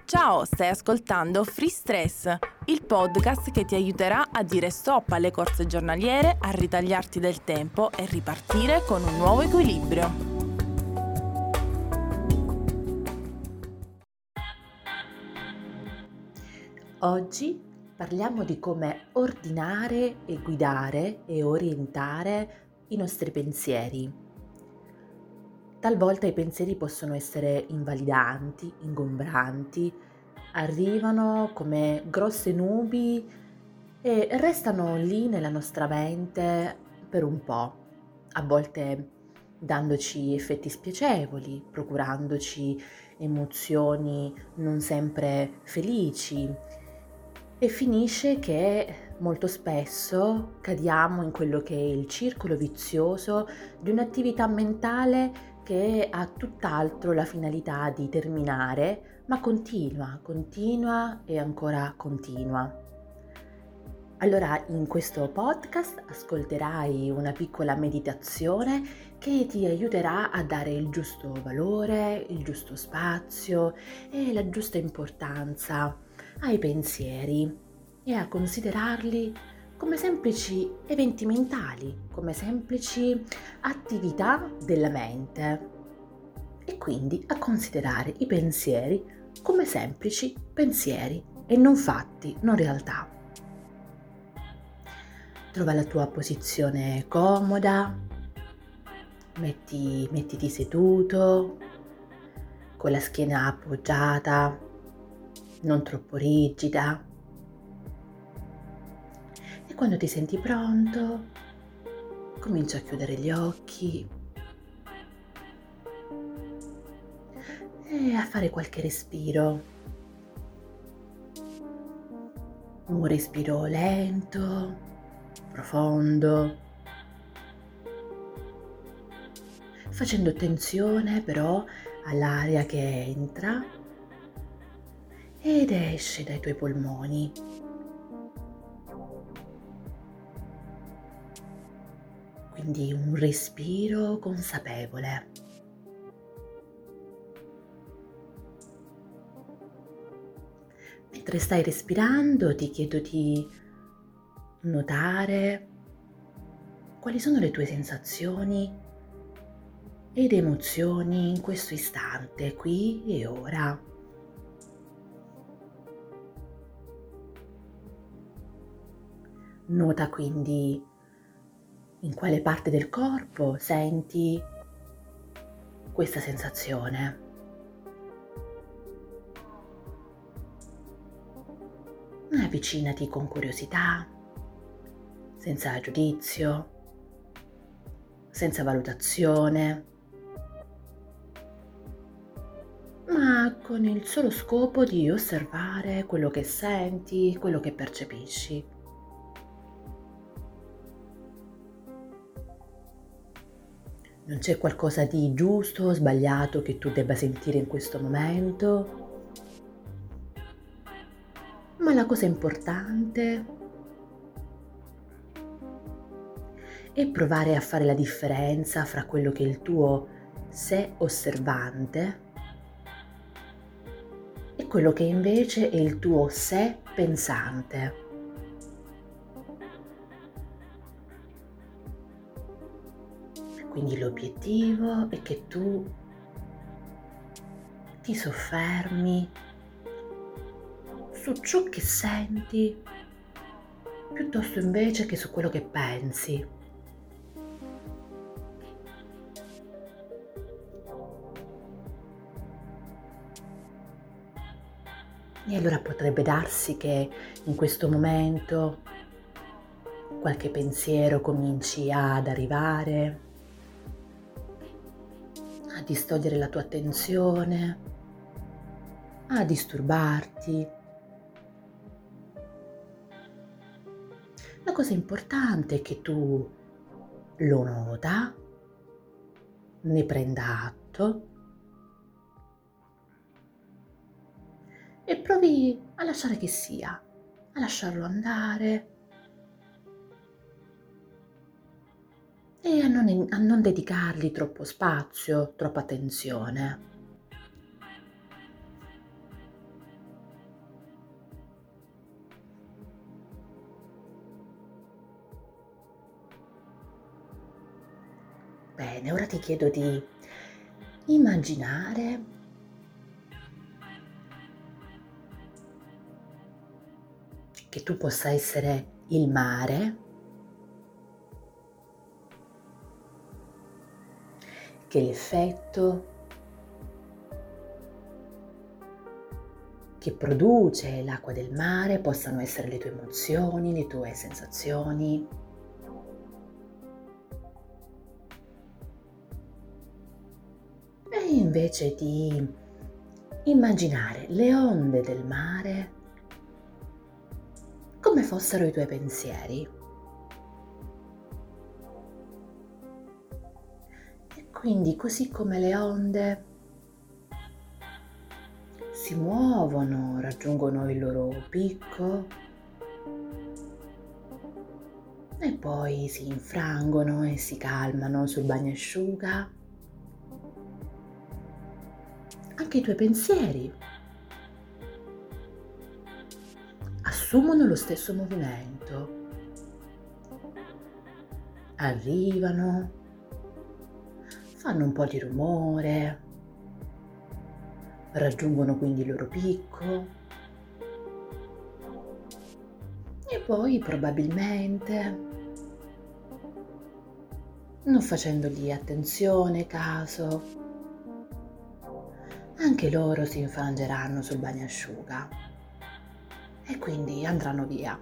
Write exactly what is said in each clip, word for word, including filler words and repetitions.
Ciao, stai ascoltando Free Stress, il podcast che ti aiuterà a dire stop alle corse giornaliere, a ritagliarti del tempo e ripartire con un nuovo equilibrio. Oggi parliamo di come ordinare e guidare e orientare i nostri pensieri. Talvolta i pensieri possono essere invalidanti, ingombranti, arrivano come grosse nubi e restano lì nella nostra mente per un po', a volte dandoci effetti spiacevoli, procurandoci emozioni non sempre felici e finisce che molto spesso cadiamo in quello che è il circolo vizioso di un'attività mentale che ha tutt'altro la finalità di terminare, ma continua, continua e ancora continua. Allora, in questo podcast ascolterai una piccola meditazione che ti aiuterà a dare il giusto valore, il giusto spazio e la giusta importanza ai pensieri e a considerarli come semplici eventi mentali, come semplici attività della mente e quindi a considerare i pensieri come semplici pensieri e non fatti, non realtà. Trova la tua posizione comoda, metti, mettiti seduto, con la schiena appoggiata, non troppo rigida. E quando ti senti pronto, comincia a chiudere gli occhi e a fare qualche respiro. Un respiro lento, profondo, facendo attenzione però all'aria che entra ed esce dai tuoi polmoni. Quindi un respiro consapevole. Mentre stai respirando, ti chiedo di notare quali sono le tue sensazioni ed emozioni in questo istante, qui e ora. Nota quindi in quale parte del corpo senti questa sensazione. Avvicinati con curiosità, senza giudizio, senza valutazione, ma con il solo scopo di osservare quello che senti, quello che percepisci. Non c'è qualcosa di giusto o sbagliato che tu debba sentire in questo momento, ma la cosa importante è provare a fare la differenza fra quello che è il tuo sé osservante e quello che invece è il tuo sé pensante. Quindi l'obiettivo è che tu ti soffermi su ciò che senti piuttosto invece che su quello che pensi. E allora potrebbe darsi che in questo momento qualche pensiero cominci ad arrivare, a distogliere la tua attenzione, a disturbarti. La cosa importante è che tu lo nota, ne prenda atto e provi a lasciare che sia, a lasciarlo andare e a non, a non dedicargli troppo spazio, troppa attenzione. Bene, ora ti chiedo di immaginare che tu possa essere il mare, che l'effetto che produce l'acqua del mare possano essere le tue emozioni, le tue sensazioni. E invece di immaginare le onde del mare come fossero i tuoi pensieri. E quindi, così come le onde si muovono, raggiungono il loro picco e poi si infrangono e si calmano sul bagnasciuga, anche i tuoi pensieri assumono lo stesso movimento, arrivano, fanno un po' di rumore, raggiungono quindi il loro picco e poi probabilmente, non facendogli attenzione, caso, anche loro si infrangeranno sul bagnasciuga e quindi andranno via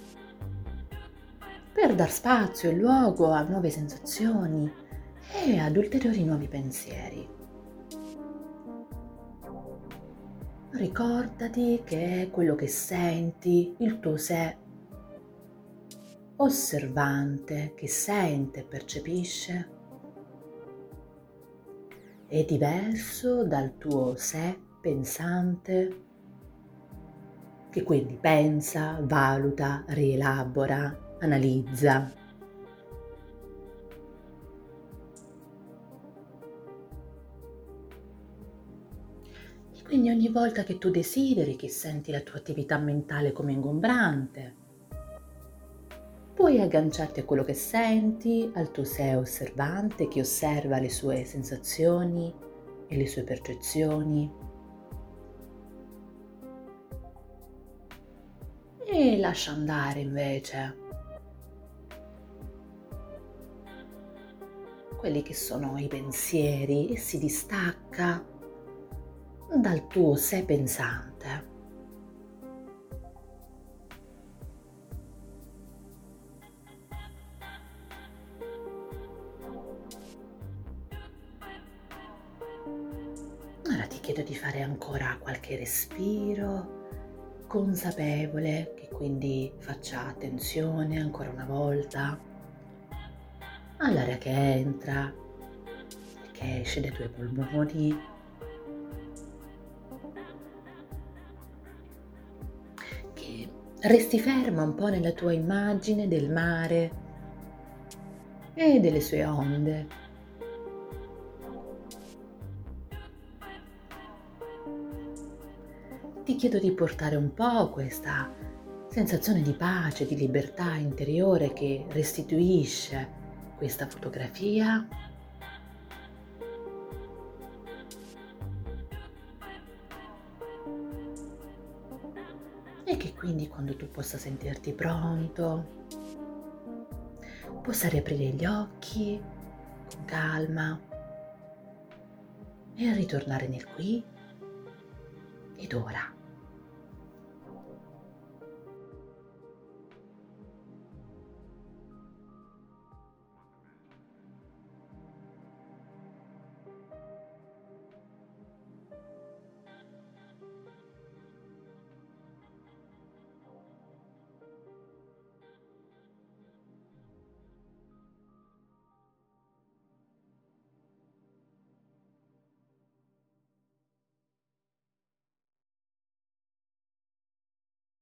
per dar spazio e luogo a nuove sensazioni e ad ulteriori nuovi pensieri. Ricordati che quello che senti, il tuo sé osservante che sente e percepisce, è diverso dal tuo sé pensante che quindi pensa, valuta, rielabora, analizza. Quindi ogni volta che tu desideri, che senti la tua attività mentale come ingombrante, puoi agganciarti a quello che senti, al tuo sé osservante che osserva le sue sensazioni e le sue percezioni e lascia andare invece quelli che sono i pensieri e si distacca dal tuo sé pensante. Ora ti chiedo di fare ancora qualche respiro consapevole, che quindi faccia attenzione ancora una volta all'aria che entra e che esce dai tuoi polmoni. Resti ferma un po' nella tua immagine del mare e delle sue onde. Ti chiedo di portare un po' questa sensazione di pace, di libertà interiore che restituisce questa fotografia e che quindi, quando tu possa sentirti pronto, possa riaprire gli occhi con calma e ritornare nel qui ed ora.